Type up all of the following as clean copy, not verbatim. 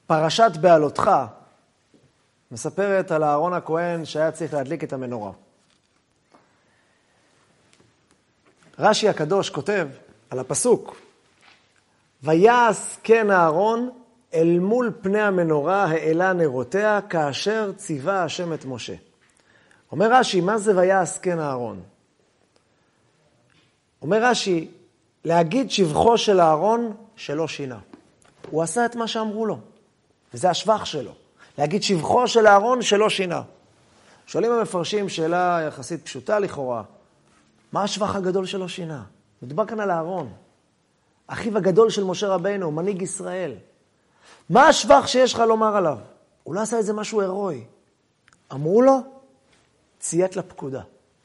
פרשת בעלותך מספרת על אהרון הכהן שהיה צריך להדליק את המנורה. רש"י הקדוש כותב על הפסוק, ויעש כן אהרון אל מול פני המנורה העלה נרותיה כאשר ציווה השם את משה. אומר רש"י, מה זה ויעש כן אהרון? אומר רש"י, להגיד שבחו של אהרון שלא שינה. הוא עשה את מה שאמרו לו, וזה השבח שלו. להגיד שבחו של אהרון שלא שינה. שואלים המפרשים שאלה יחסית פשוטה לכאורה, מה השבח הגדול שלא שינה? מדובר כאן על אהרון, אחיו הגדול של משה רבינו, מנהיג ישראל. מה השבח שיש לך לומר עליו? הוא לא עשה איזה משהו הרואי. אמרו לו, ציית לפקודה.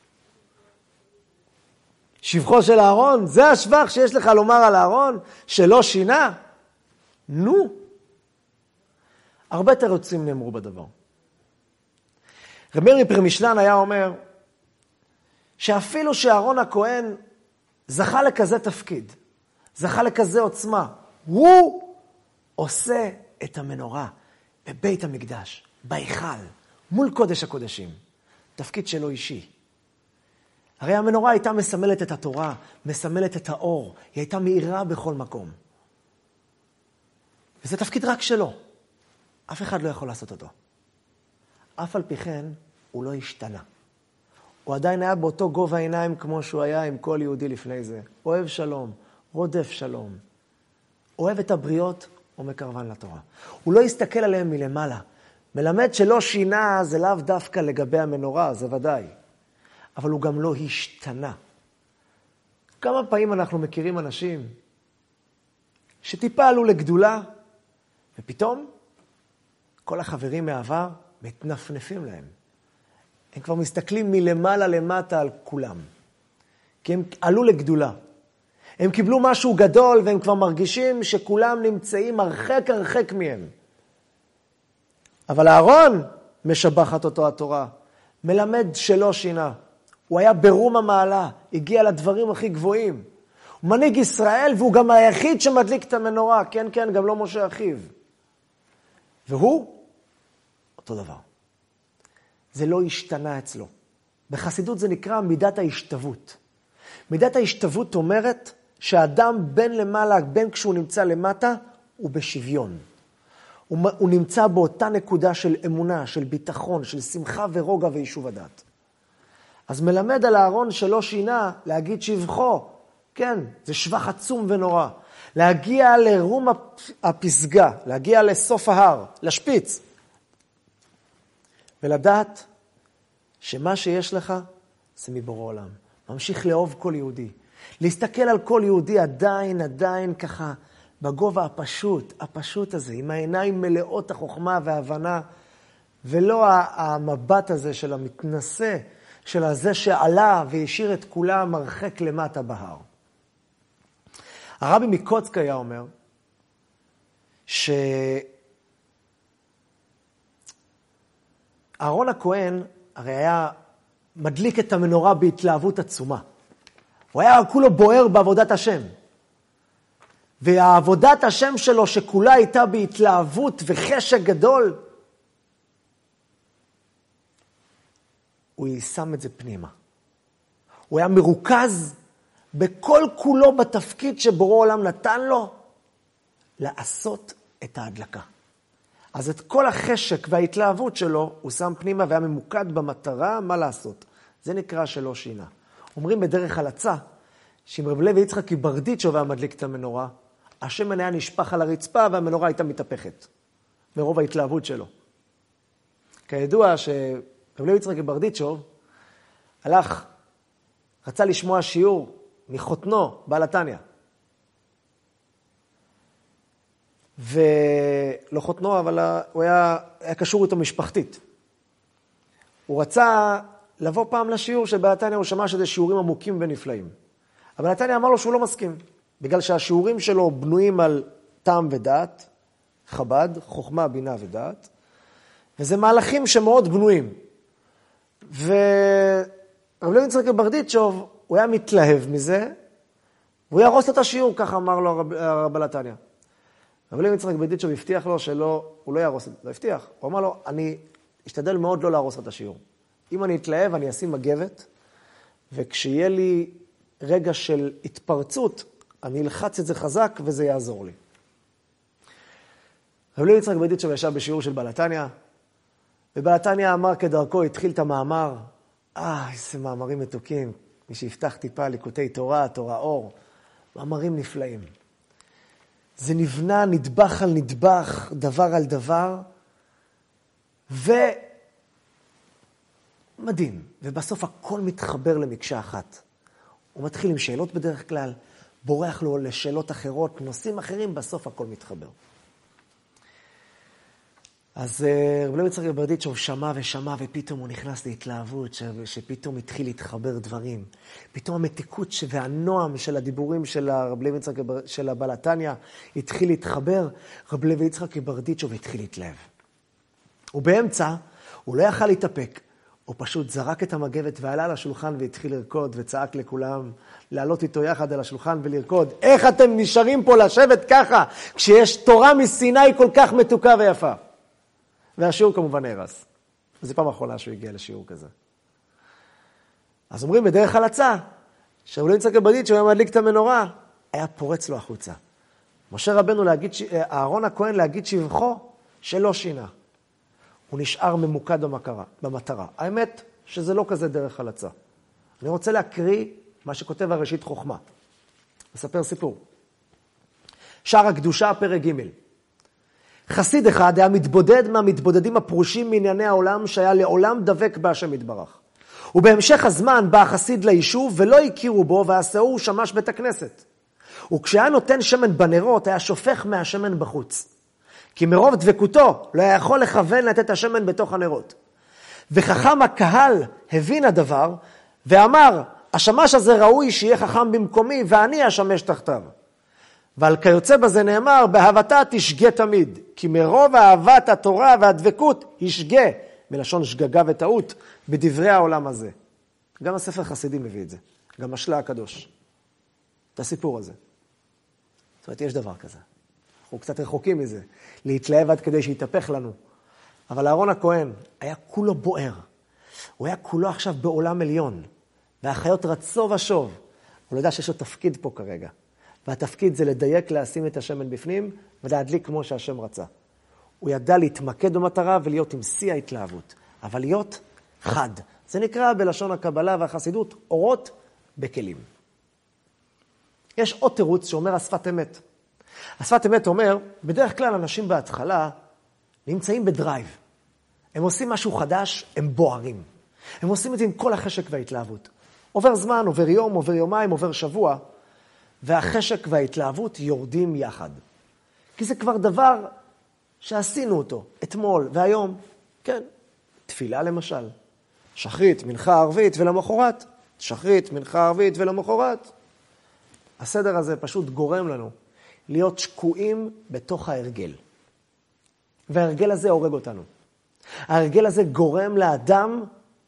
שבחו של אהרון, זה השבח שיש לך לומר על אהרון, שלא שינה? נו. הרבה תירוצים נאמרו בדבר. רבי מאיר מפרמישלן היה אומר, שאפילו שאהרון הכהן זכה לכזה תפקיד, זכה לכזה עוצמה, הוא עושה את המנורה בבית המקדש, בהיכל, מול קודש הקודשים. תפקיד שלו אישי. הרי המנורה הייתה מסמלת את התורה, מסמלת את האור, היא הייתה מאירה בכל מקום. וזה תפקיד רק שלו. אף אחד לא יכול לעשות אותו. אף על פי כן, הוא לא השתנה. הוא עדיין היה באותו גובה העיניים כמו שהוא היה עם כל יהודי לפני זה. אוהב שלום, רודף שלום. אוהב את הבריות ומקרבן לתורה. הוא לא הסתכל עליהם מלמעלה. מלמד שלא שינה זה לאו דווקא לגבי המנורה, זה ודאי. אבל הוא גם לא השתנה. כמה פעמים אנחנו מכירים אנשים שטיפה עלו לגדולה, ופתאום כל החברים מהעבר מתנפנפים להם. הם כבר מסתכלים מלמעלה למטה על כולם. כי הם עלו לגדולה. הם קיבלו משהו גדול והם כבר מרגישים שכולם נמצאים הרחק מהם. אבל אהרון משבחת אותו התורה. מלמד שלא שינה. הוא היה ברום המעלה, הגיע לדברים הכי גבוהים. הוא מנהיג ישראל והוא גם היחיד שמדליק את המנורה. כן, גם לא משה אחיו. והוא אותו דבר. זה לא השתנה אצלו. בחסידות זה נקרא מידת ההשתוות. מידת ההשתוות אומרת שהאדם בין למעלה, בין כשהוא נמצא למטה, הוא בשוויון. הוא נמצא באותה נקודה של אמונה, של ביטחון, של שמחה ורוגע ויישוב הדעת. אז מלמד על אהרון שלא שינה להגיד שבחו. כן, זה שבח עצום ונורא. להגיע לרום הפסגה, להגיע לסוף ההר, לשפיץ. ולדעת שמה שיש לך זה מבורא עולם. ממשיך לאהוב כל יהודי. להסתכל על כל יהודי עדיין ככה בגובה הפשוט הזה, עם העיניים מלאות החוכמה וההבנה, ולא המבט הזה של המתנשא, של הזה שעלה והשאיר את כולם הרחק למטה בהר. הרבי מקוצק היה אומר אהרון הכהן הרי היה מדליק את המנורה בהתלהבות עצומה. הוא היה כולו בוער בעבודת השם. והעבודת השם שלו שכולה הייתה בהתלהבות וחשק גדול, הוא שם את זה פנימה. הוא היה מרוכז בכל כולו בתפקיד שבורא עולם נתן לו לעשות את ההדלקה. אז את כל החשק וההתלהבות שלו הוא שם פנימה והיה ממוקד במטרה מה לעשות. זה נקרא שלא שינה. אומרים בדרך הלצה, שאם רב לוי יצחק ברדיצ'וב היה מדליק את המנורה, השמן היה נשפך על הרצפה והמנורה הייתה מתהפכת, מרוב ההתלהבות שלו. כידוע שרב לוי יצחק ברדיצ'וב רצה לשמוע שיעור מחותנו בעל התניא. ולא חותנו, אבל הוא היה קשור איתו משפחתית. הוא רצה לבוא פעם לשיעור שבעל התניא הוא שמע שזה שיעורים עמוקים ונפלאים. אבל התניא אמר לו שהוא לא מסכים, בגלל שהשיעורים שלו בנויים על טעם ודעת, חב"ד, חוכמה, בינה ודעת, וזה מהלכים שמאוד בנויים. ורב לוי יצחק ברדיצ'וב, הוא היה מתלהב מזה, והוא ירוס את השיעור, ככה אמר לו הרב בעל התניא. רב לוי יצחק ברדיצ'וב הבטיח לו הוא לא יהרוס, לא הבטיח. הוא אמר לו, אני אשתדל מאוד לא להרוס את השיעור. אם אני אתלהב, אני אשים מגבת, וכשיהיה לי רגע של התפרצות, אני אלחץ את זה חזק וזה יעזור לי. רב לוי יצחק ברדיצ'וב ישב בשיעור של בעל התניא, ובעל התניא אמר כדרכו, התחיל את המאמר, איזה מאמרים מתוקים, מי שיפתח טיפה ליקוטי תורה, תורה אור, מאמרים נפלאים. זה נבנה נדבך על נדבך, דבר על דבר, ומדהים. ובסוף הכל מתחבר למקשה אחת. הוא מתחיל עם שאלות בדרך כלל, בורח לו לשאלות אחרות, נושאים אחרים, בסוף הכל מתחבר. אז רב לוי יצחק ברדיצ'וב שמע ושמע, ופתאום הוא נכנס להתלהבות, שפתאום התחיל להתחבר דברים. פתאום המתיקות והנועם של הדיבורים של רב לוי יצחק, של הבעל התניא, התחיל להתחבר, רב לוי יצחק ברדיצ'וב התחיל להתלהב. ובאמצע, הוא לא יכל להתאפק. הוא פשוט זרק את המגבת ועלה לשולחן והתחיל לרקוד, וצעק לכולם, לעלות איתו יחד על השולחן ולרקוד. איך אתם נשארים פה לשבת ככה, כשיש תורה מסיני כל כך מתוקה ויפה? והשיעור כמובן נהרס. זו פעם האחרונה שהוא הגיע לשיעור כזה. אז אומרים בדרך הלצה, שרב לוי יצחק ברדיצ'וב היה מדליק את המנורה, היה פורץ לו החוצה. משה רבנו אהרון הכהן להגיד שבחו שלא שינה. הוא נשאר ממוקד במטרה. האמת שזה לא כזה דרך הלצה. אני רוצה להקריא מה שכותב הראשית חוכמה. מספר סיפור. שער הקדושה, פרק ג'. חסיד אחד היה מתבודד מהמתבודדים הפרושים מענייני העולם, שהיה לעולם דבק בהשם יתברך. ובהמשך הזמן בא החסיד ליישוב ולא הכירו בו, והשאור שמש בית הכנסת. וכשהיה נותן שמן בנרות היה שופך מהשמן בחוץ. כי מרוב דבקותו לא היה יכול לכוון לתת השמן בתוך הנרות. וחכם הקהל הבין הדבר ואמר, השמש הזה ראוי שיהיה חכם במקומי ואני אשמש תחתיו. ועל כיוצא בזה נאמר, באהבתה תשגה תמיד, כי מרוב אהבת התורה והדבקות ישגה, מלשון שגגה וטעות, בדברי העולם הזה. גם הספר חסידים מביא את זה, גם משלה הקדוש. את הסיפור הזה. זאת אומרת, יש דבר כזה. אנחנו קצת רחוקים מזה, להתלהב עד כדי שיתהפך לנו. אבל אהרון הכהן היה כולו בוער. הוא היה כולו עכשיו בעולם עליון, והחיות רצו ושוב. הוא לא יודע שיש לו תפקיד פה כרגע. והתפקיד זה לדייק, לשים את השמן בפנים, ולהדליק כמו שהשם רצה. הוא ידע להתמקד במטרה ולהיות עם שיא ההתלהבות. אבל להיות חד. זה נקרא בלשון הקבלה והחסידות, אורות בכלים. יש עוד תירוץ שאומר השפת אמת. השפת אמת אומר, בדרך כלל אנשים בהתחלה נמצאים בדרייב. הם עושים משהו חדש, הם בוערים. הם עושים את זה עם כל החשק וההתלהבות. עובר זמן, עובר יום, עובר יומיים, עובר שבוע, והחשק וההתלהבות יורדים יחד. כי זה כבר דבר שעשינו אותו אתמול והיום. כן, תפילה למשל. שחרית, מנחה ערבית ולמחרת. שחרית, מנחה ערבית ולמחרת. הסדר הזה פשוט גורם לנו להיות שקועים בתוך ההרגל. וההרגל הזה הורג אותנו. ההרגל הזה גורם לאדם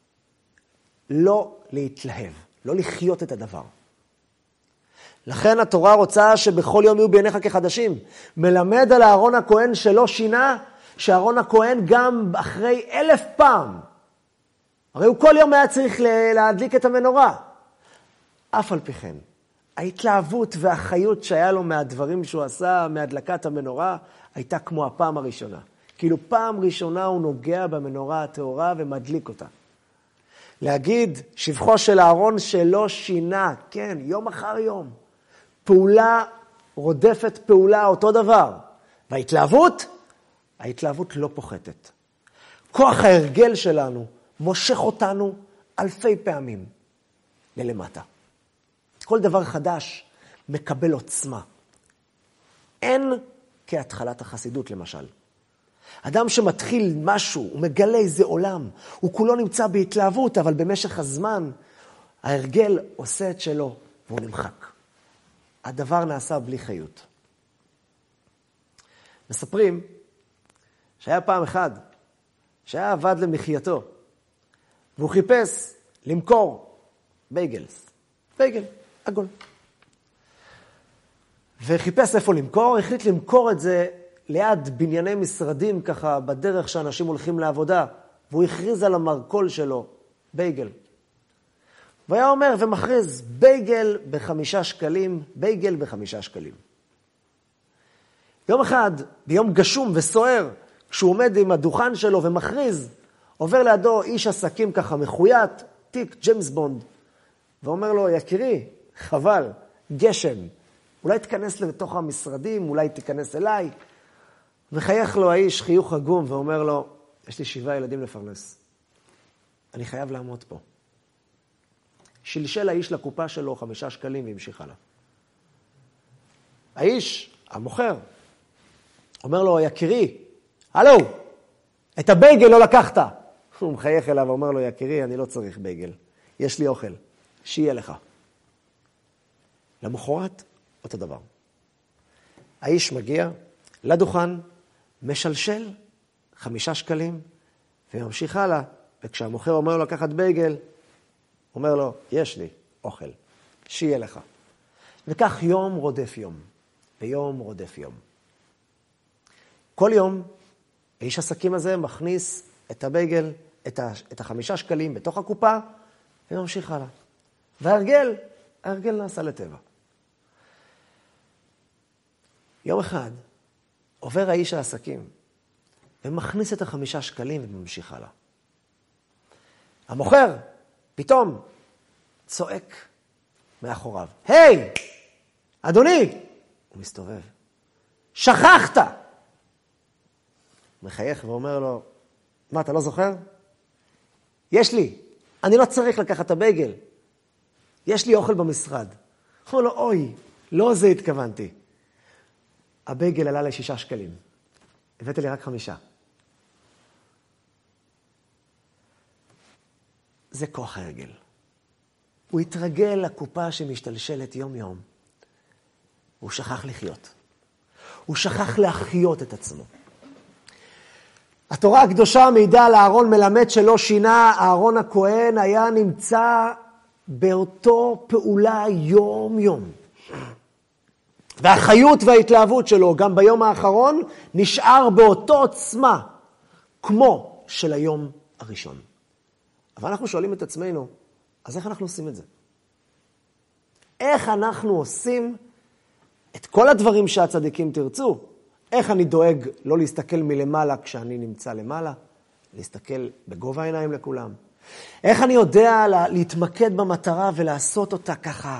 לא להתלהב, לא לחיות את הדבר. לכן התורה רוצה שבכל יום יהיו בעיניך כחדשים. מלמד על אהרון הכהן שלא שינה, שאהרון הכהן גם אחרי 1000 פעם. הרי הוא כל יום היה צריך להדליק את המנורה. אף על פי כן, ההתלהבות והחיות שהיה לו מהדברים שהוא עשה, מהדלקת המנורה, הייתה כמו הפעם הראשונה. כאילו פעם ראשונה הוא נוגע במנורה הטהורה ומדליק אותה. להגיד שבחו של אהרון שלא שינה, כן, יום אחר יום. פעולה רודפת פעולה, אותו דבר. וההתלהבות, ההתלהבות לא פוחתת. כוח ההרגל שלנו מושך אותנו אלפי פעמים ללמטה. כל דבר חדש מקבל עוצמה. אין כהתחלת החסידות למשל. אדם שמתחיל משהו, הוא מגלה איזה עולם, הוא כולו נמצא בהתלהבות, אבל במשך הזמן ההרגל עושה את שלו והוא נמחק. הדבר נעשה בלי חיות. מספרים שהיה פעם אחד שהיה עבד למחייתו, והוא חיפש למכור בייגל, עגול. וחיפש איפה למכור, החליט למכור את זה ליד בנייני משרדים ככה בדרך שאנשים הולכים לעבודה, והוא הכריז על המרקול שלו, בייגל. והיה אומר ומכריז, בייגל ב5 שקלים, בייגל ב5 שקלים. יום אחד, ביום גשום וסוער, כשהוא עומד עם הדוכן שלו ומכריז, עובר לידו איש עסקים ככה מחויית, תיק ג'יימס בונד, ואומר לו, יקירי, חבל, גשם, אולי תיכנס לתוך המשרדים, אולי תיכנס אליי. וחייך לו האיש חיוך עגום ואומר לו, יש לי 7 ילדים לפרנס. אני חייב לעמוד פה. שלשל האיש לקופה שלו 5 שקלים והמשיך הלאה. האיש, המוכר, אומר לו, יקירי, הלו, את הבייגל לא לקחת. הוא מחייך אליו ואומר לו, יקירי, אני לא צריך בייגל. יש לי אוכל, שיהיה לך. למחרת, אותו דבר. האיש מגיע לדוכן, משלשל 5 שקלים, וממשיך הלאה, וכשהמוכר אומר לו לקחת בייגל, אומר לו, יש לי אוכל, שיהיה לך. וכך יום רודף יום, ויום רודף יום. כל יום, האיש עסקים הזה מכניס את הבייגל, את 5 שקלים בתוך הקופה, וממשיך הלאה. וההרגל נעשה לטבע. יום אחד עובר האיש העסקים ומכניס את 5 שקלים וממשיך הלאה. המוכר פתאום צועק מאחוריו. היי, אדוני! הוא מסתובב. שכחת! מחייך ואומר לו, מה, אתה לא זוכר? יש לי, אני לא צריך לקחת את הבייגל. יש לי אוכל במשרד. הוא אומר לו, אוי, לא זה התכוונתי. הבייגל עלה ל6 שקלים. הבאת לי רק 5. זה כוח ההרגל. הוא התרגל לקופה שמשתלשלת יום יום. הוא שכח לחיות. הוא שכח להחיות את עצמו. התורה הקדושה מעידה על אהרון מלמד שלא שינה, אהרון הכהן היה נמצא באותו פעולה יום יום. והחיות וההתלהבות שלו גם ביום האחרון נשאר באותו עוצמה כמו של היום הראשון. אבל אנחנו שואלים את עצמנו, אז איך אנחנו עושים את זה? איך אנחנו עושים את כל הדברים שהצדיקים תרצו? איך אני דואג לא להסתכל מלמעלה כשאני נמצא למעלה? להסתכל בגובה העיניים לכולם. איך אני יודע להתמקד במטרה ולעשות אותה ככה?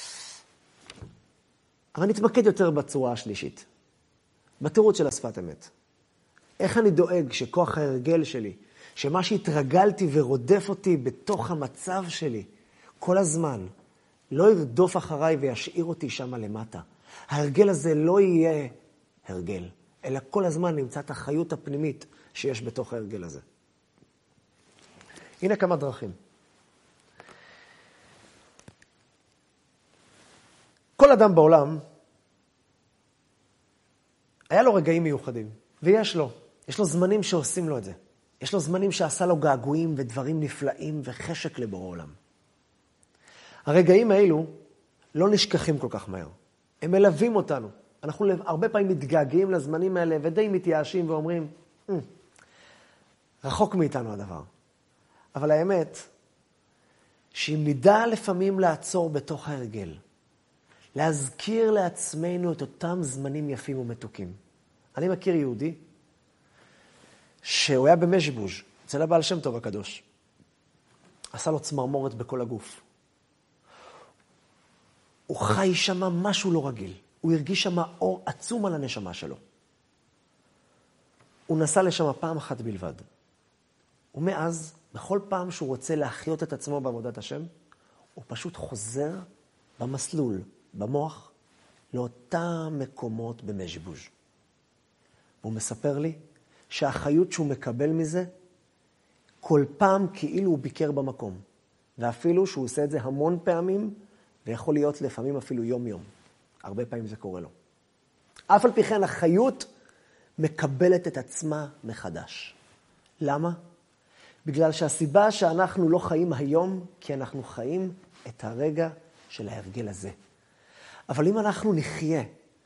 אבל נתמקד יותר בצורה השלישית. בתירוץ של השפת אמת. איך אני דואג שכוח ההרגל שלי, שמה שהתרגלתי ורודף אותי בתוך המצב שלי, כל הזמן, לא ירדוף אחריי וישאיר אותי שם למטה. ההרגל הזה לא יהיה הרגל, אלא כל הזמן נמצא את החיות הפנימית שיש בתוך ההרגל הזה. הנה כמה דרכים. כל אדם בעולם, היה לו רגעים מיוחדים, ויש לו. יש לו זמנים שעושים לו את זה. יש לו זמנים שעשה לו געגועים ודברים נפלאים וחשק לבורא עולם. הרגעים האלו לא נשכחים כל כך מהר. הם מלווים אותנו. אנחנו הרבה פעמים מתגעגעים לזמנים האלה ודי מתייאשים ואומרים, רחוק מאיתנו הדבר. אבל האמת, שאם נדע לפעמים לעצור בתוך ההרגל, להזכיר לעצמנו את אותם זמנים יפים ומתוקים. אני מכיר יהודי שהוא היה במז'בוז' אצל הבעל שם טוב הקדוש. עשה לו צמרמורת בכל הגוף. הוא חי שם משהו לא רגיל. הוא הרגיש שם אור עצום על הנשמה שלו. הוא נסע לשם פעם אחת בלבד. ומאז, בכל פעם שהוא רוצה להחיות את עצמו בעבודת השם, הוא פשוט חוזר במסלול, במוח, לאותם מקומות במז'בוז'. והוא מספר לי שהחיות שהוא מקבל מזה, כל פעם כאילו הוא ביקר במקום. ואפילו שהוא עושה את זה המון פעמים, ויכול להיות לפעמים אפילו יום-יום. הרבה פעמים זה קורה לו. אף על פי כן החיות מקבלת את עצמה מחדש. למה? בגלל שהסיבה שאנחנו לא חיים היום, כי אנחנו חיים את הרגע של ההרגל הזה. אבל אם אנחנו נחיה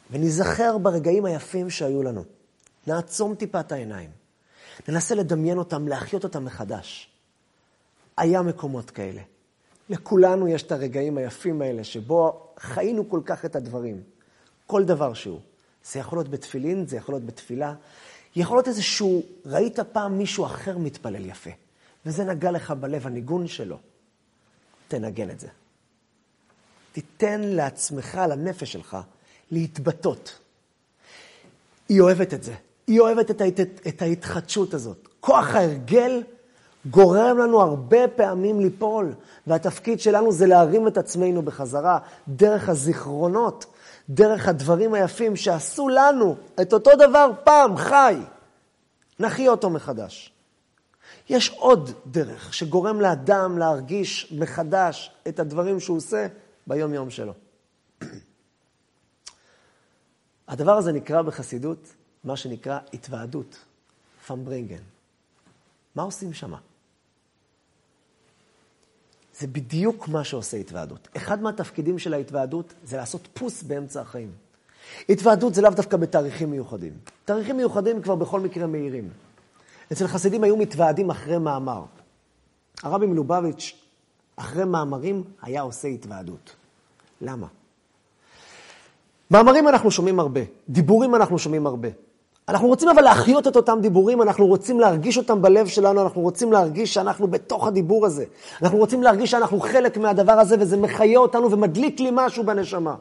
ונזכר ברגעים היפים שהיו לנו. נעצום טיפה את העיניים. ננסה לדמיין אותם, להחיות אותם מחדש. היה מקומות כאלה. לכולנו יש את הרגעים היפים האלה, שבו חיינו כל כך את הדברים. כל דבר שהוא. זה יכול להיות בתפילין, זה יכול להיות בתפילה. יכול להיות איזשהו, ראית פעם מישהו אחר מתפלל יפה. וזה נגע לך בלב, הניגון שלו. תנגן את זה. תיתן לעצמך, לנפש שלך, להתבטאות. היא אוהבת את זה. היא אוהבת את ההתחדשות הזאת. כוח ההרגל גורם לנו הרבה פעמים ליפול, והתפקיד שלנו זה להרים את עצמנו בחזרה, דרך הזיכרונות, דרך הדברים היפים שעשו לנו את אותו דבר פעם, חי. נחיה אותו מחדש. יש עוד דרך שגורם לאדם להרגיש מחדש את הדברים שהוא עושה ביום יום שלו. הדבר הזה נקרא בחסידות, מה שנקרא התוועדות, פמברינגן. מה עושים שמה? זה בדיוק מה שעושה התוועדות. אחד מהתפקידים של ההתוועדות זה לעשות פוס באמצע החיים. התוועדות זה לאו דווקא בתאריכים מיוחדים. תאריכים מיוחדים כבר בכל מקרה מהירים. אצל חסידים היו מתוועדים אחרי מאמר. הרבי מלובביץ' אחרי מאמרים היה עושה התוועדות. למה? מאמרים אנחנו שומעים הרבה, דיבורים אנחנו שומעים הרבה. אנחנו רוצים אבל להחיות את אותם דיבורים, אנחנו רוצים להרגיש אותם בלב שלנו, אנחנו רוצים להרגיש שאנחנו בתוך הדיבור הזה. אנחנו רוצים להרגיש שאנחנו חלק מהדבר הזה, וזה מחיה אותנו ומדליק לי משהו בנשמה.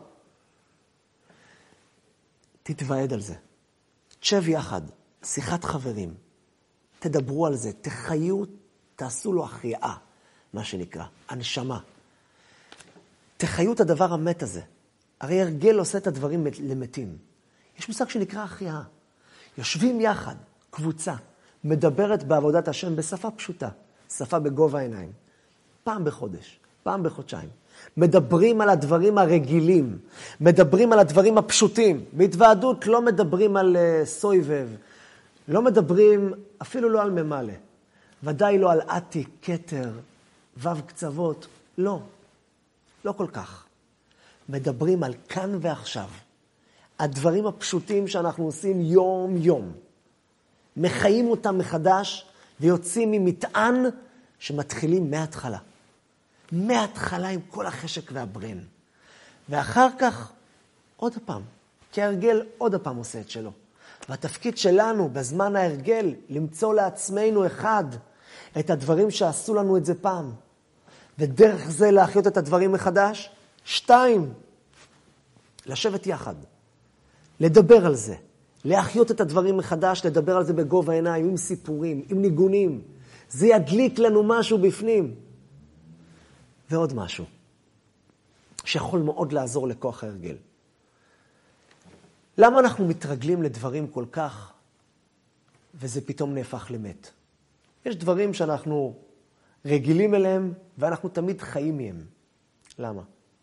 תתוועד על זה. תשב יחד, שיחת חברים. תדברו על זה, תחיו, תעשו לו החייאה, מה שנקרא, הנשמה. תחיו את הדבר המת הזה. הרי הרגל עושה את הדברים למתים. יש מושג שנקרא החייאה. יושבים יחד, קבוצה, מדברת בעבודת השם בשפה פשוטה, שפה בגובה העיניים. פעם בחודש, פעם בחודשיים. מדברים על הדברים הרגילים, מדברים על הדברים הפשוטים. בהתוועדות לא מדברים על סויבב, לא מדברים אפילו לא על ממלא, ודאי לא על עתי, כתר, וו קצוות, לא, לא כל כך. מדברים על כאן ועכשיו. הדברים הפשוטים שאנחנו עושים יום יום. מחיים אותם מחדש ויוצאים ממטען שמתחילים מההתחלה. מההתחלה עם כל החשק והברן. ואחר כך עוד פעם, כי ההרגל עוד פעם עושה את שלו. והתפקיד שלנו בזמן ההרגל למצוא לעצמנו אחד את הדברים שעשו לנו את זה פעם. ודרך זה להחיות את הדברים מחדש. 2, לשבת יחד. לדבר על זה. להחיות את הדברים מחדש, לדבר על זה בגובה העיניים, עם סיפורים, עם ניגונים. זה ידליק לנו משהו בפנים. ועוד משהו, שיכול מאוד לעזור לכוח ההרגל. למה אנחנו מתרגלים לדברים כל כך, וזה פתאום נהפך למת? יש דברים שאנחנו רגילים אליהם, ואנחנו תמיד חיים מהם. למה?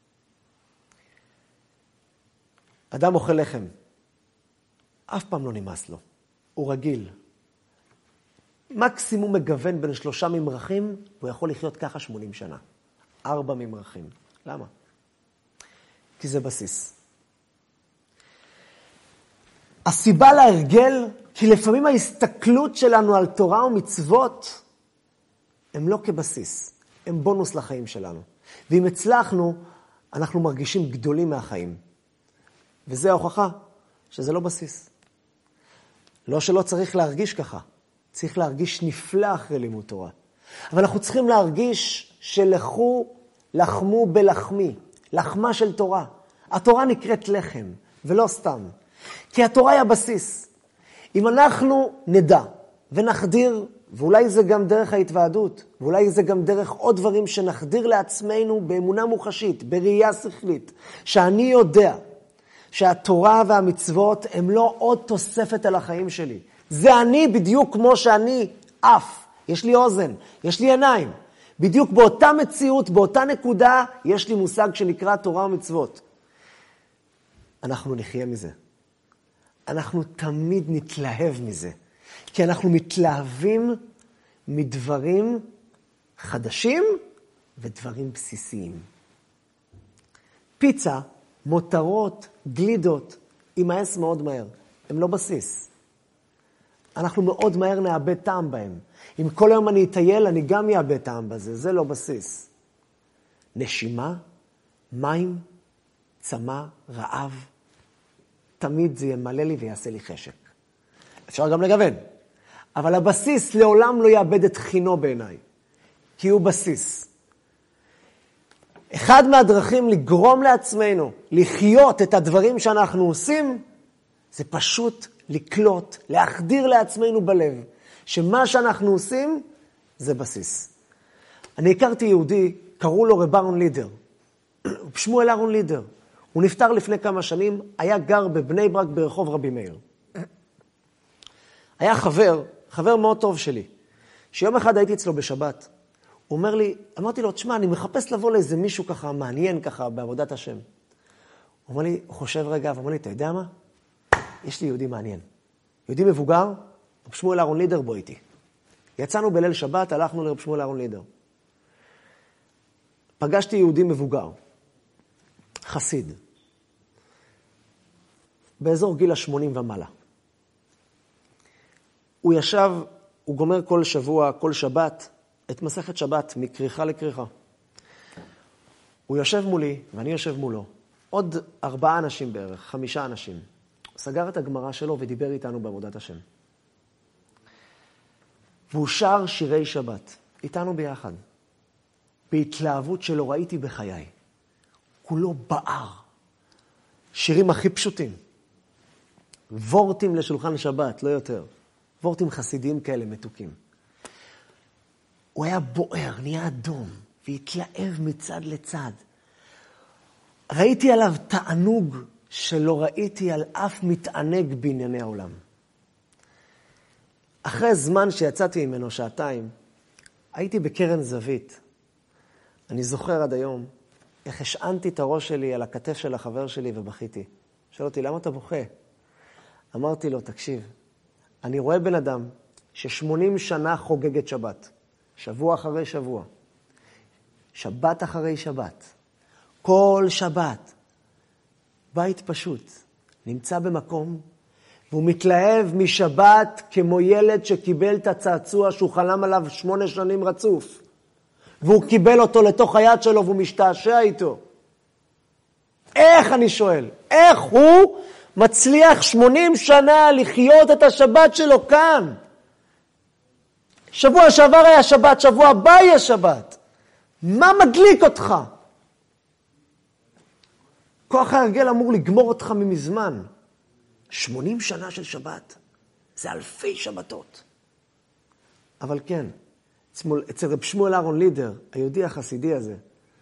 אדם אוכל לחם, אף פעם לא נמאס לו. הוא רגיל. מקסימום מגוון בין 3 ממרחים, הוא יכול לחיות ככה 80 שנה. 4 ממרחים. למה? כי זה בסיס. הסיבה להרגל, כי לפעמים ההסתכלות שלנו על תורה ומצוות, הם לא כבסיס, הם בונוס לחיים שלנו. ואם הצלחנו, אנחנו מרגישים גדולים מהחיים. וזה ההוכחה שזה לא בסיס. לא שלא צריך להרגיש ככה, צריך להרגיש נפלא אחרי לימוד תורה. אבל אנחנו צריכים להרגיש שלכו, לחמו בלחמי, לחמה של תורה. התורה נקראת לחם, ולא סתם. כי התורה היא הבסיס. אם אנחנו נדע ונחדיר, ואולי זה גם דרך ההתוועדות, ואולי זה גם דרך עוד דברים שנחדיר לעצמנו באמונה מוחשית, בראייה שכלית, שאני יודע שהתורה והמצוות הם לא עוד תוספת על החיים שלי. זה אני בדיוק כמו שאני אף. יש לי אוזן, יש לי עיניים. בדיוק באותה מציאות, באותה נקודה, יש לי מושג שנקרא תורה ומצוות. אנחנו נחיה מזה. אנחנו תמיד נתלהב מזה. כי אנחנו מתלהבים מדברים חדשים ודברים בסיסיים. פיצה, מותרות, גלידות, יימאס מאוד מהר. הם לא בסיס. אנחנו מאוד מהר נאבד טעם בהם. אם כל יום אני אטייל, אני גם יאבד טעם בזה. זה לא בסיס. נשימה, מים, צמא, רעב, תמיד זה ימלא לי ויעשה לי חשק. אפשר גם לגוון. אבל הבסיס לעולם לא יאבד את חינו בעיניי. כי הוא בסיס. אחד מהדרכים לגרום לעצמנו לחיות את הדברים שאנחנו עושים, זה פשוט לקלוט, להחדיר לעצמנו בלב, שמה שאנחנו עושים זה בסיס. אני הכרתי יהודי, קראו לו רב אהרון לידר. שמואל אהרון לידר. הוא נפטר לפני כמה שנים, היה גר בבני ברק ברחוב רבי מאיר. היה חבר מאוד טוב שלי, שיום אחד הייתי אצלו בשבת. הוא אומר לי, אמרתי לו, תשמע, אני מחפש לבוא לאיזה מישהו ככה, מעניין ככה, בעבודת השם. הוא אומר לי, הוא חושב רגע, ואומר לי, אתה יודע מה? יש לי יהודי מעניין. יהודי מבוגר, רב שמואל אהרון לידר, בוא איתי. יצאנו בליל שבת, הלכנו לרב שמואל אהרון לידר. פגשתי יהודי מבוגר, חסיד, באזור גיל ה-80 ומעלה. הוא ישב, הוא גומר כל שבוע, כל שבת, את מסכת שבת, מכריכה לכריכה. הוא יושב מולי, ואני יושב מולו. עוד 4 אנשים בערך, 5 אנשים. הוא סגר את הגמרא שלו ודיבר איתנו בעבודת השם. והוא שר שירי שבת, איתנו ביחד. בהתלהבות שלא ראיתי בחיי. כולו בער. שירים הכי פשוטים. וורטים לשולחן שבת, לא יותר. וורטים חסידיים כאלה, מתוקים. הוא היה בוער, נהיה אדום, והתלהב מצד לצד. ראיתי עליו תענוג שלא ראיתי על אף מתענג בענייני העולם. אחרי זמן שיצאתי ממנו 2 הייתי בקרן זווית. אני זוכר עד היום איך השענתי את הראש שלי על הכתף של החבר שלי ובכיתי. שאל אותי, למה אתה בוכה? אמרתי לו, תקשיב, אני רואה בן אדם ש80 שנה חוגגת שבת. שבוע אחרי שבוע. שבת אחרי שבת. כל שבת. בית פשוט. נמצא במקום, והוא מתלהב משבת כמו ילד שקיבל את הצעצוע שהוא חלם עליו 8 שנים רצוף. והוא קיבל אותו לתוך היד שלו והוא משתעשע איתו. איך, אני שואל, איך הוא מצליח 80 שנה לחיות את השבת שלו כאן? שבוע שעבר היה שבת, שבוע הבא יהיה שבת. מה מדליק אותך? כוח ההרגל אמור לגמור אותך ממזמן. 80 שנה של שבת, זה אלפי שבתות. אבל כן, אצל רב שמואל אהרון לידר, היהודי החסידי הזה,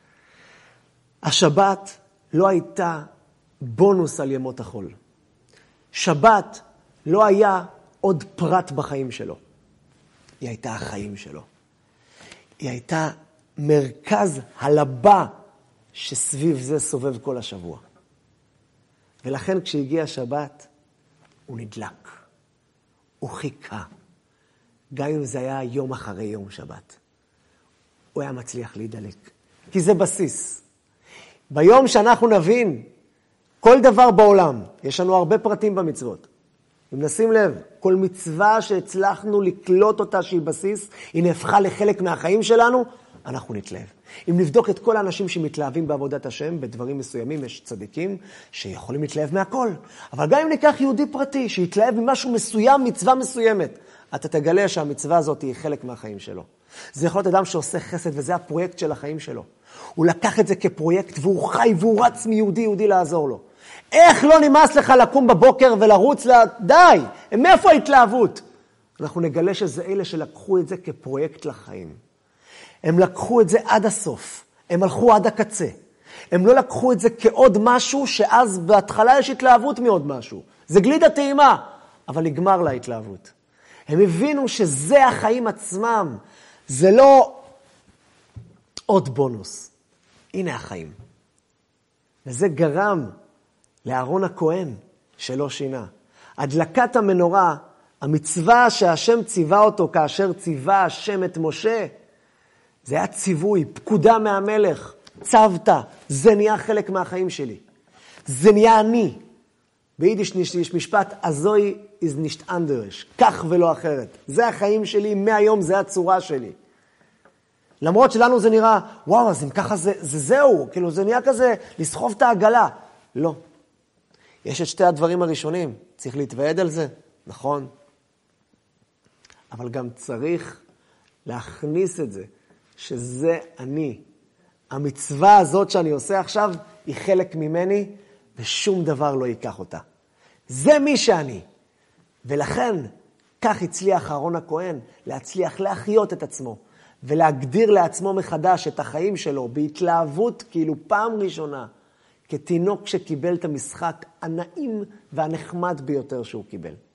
השבת לא הייתה בונוס על ימות החול. שבת לא היה עוד פרט בחיים שלו. היא הייתה החיים שלו. היא הייתה מרכז הלבה שסביב זה סובב כל השבוע. ולכן כשהגיע שבת, הוא נדלק. הוא חיכה. גם אם זה היה יום אחרי יום שבת. הוא היה מצליח להידלק. כי זה בסיס. ביום שאנחנו נבין כל דבר בעולם, יש לנו הרבה פרטים במצוות. אם נשים לב, כל מצווה שהצלחנו לקלוט אותה שהיא בסיס, היא נהפכה לחלק מהחיים שלנו, אנחנו נתלהב. אם נבדוק את כל האנשים שמתלהבים בעבודת השם, בדברים מסוימים יש צדיקים שיכולים להתלהב מהכל. אבל גם אם ניקח יהודי פרטי שיתלהב ממשהו מסוים, מצווה מסוימת, אתה תגלה שהמצווה הזאת היא חלק מהחיים שלו. זה יכול להיות אדם שעושה חסד וזה הפרויקט של החיים שלו. הוא לקח את זה כפרויקט והוא חי והוא רץ מיהודי לעזור לו. איך לא נמאס לך לקום בבוקר ולרוץ די? מאיפה ההתלהבות? אנחנו נגלה שזה אלה שלקחו את זה כפרויקט לחיים. הם לקחו את זה עד הסוף. הם הלכו עד הקצה. הם לא לקחו את זה כעוד משהו שאז בהתחלה יש התלהבות מעוד משהו. זה גלידה טעימה, אבל נגמר לה התלהבות. הם הבינו שזה החיים עצמם. זה לא עוד בונוס. הנה החיים. וזה גרם לאהרון הכהן שלא שינה. הדלקת המנורה, המצווה שהשם ציווה אותו כאשר ציווה השם את משה, זה היה ציווי, פקודה מהמלך, צוות, זה נהיה חלק מהחיים שלי. זה נהיה אני. ביידיש יש משפט, azoi is nicht anders, כך ולא אחרת. זה החיים שלי, מהיום זה הצורה שלי. למרות שלנו זה נראה, וואו, אז אם ככה זהו, כאילו זה נהיה כזה, לסחוב את העגלה. לא. יש את שתי הדברים הראשונים, צריך להתוועד על זה, נכון. אבל גם צריך להכניס את זה, שזה אני. המצווה הזאת שאני עושה עכשיו, היא חלק ממני, ושום דבר לא ייקח אותה. זה מי שאני. ולכן, כך הצליח אהרון הכהן, להצליח להחיות את עצמו, ולהגדיר לעצמו מחדש את החיים שלו, בהתלהבות, כאילו פעם ראשונה, כתינוק שקיבל את המשחק הנעים והנחמד ביותר שהוא קיבל.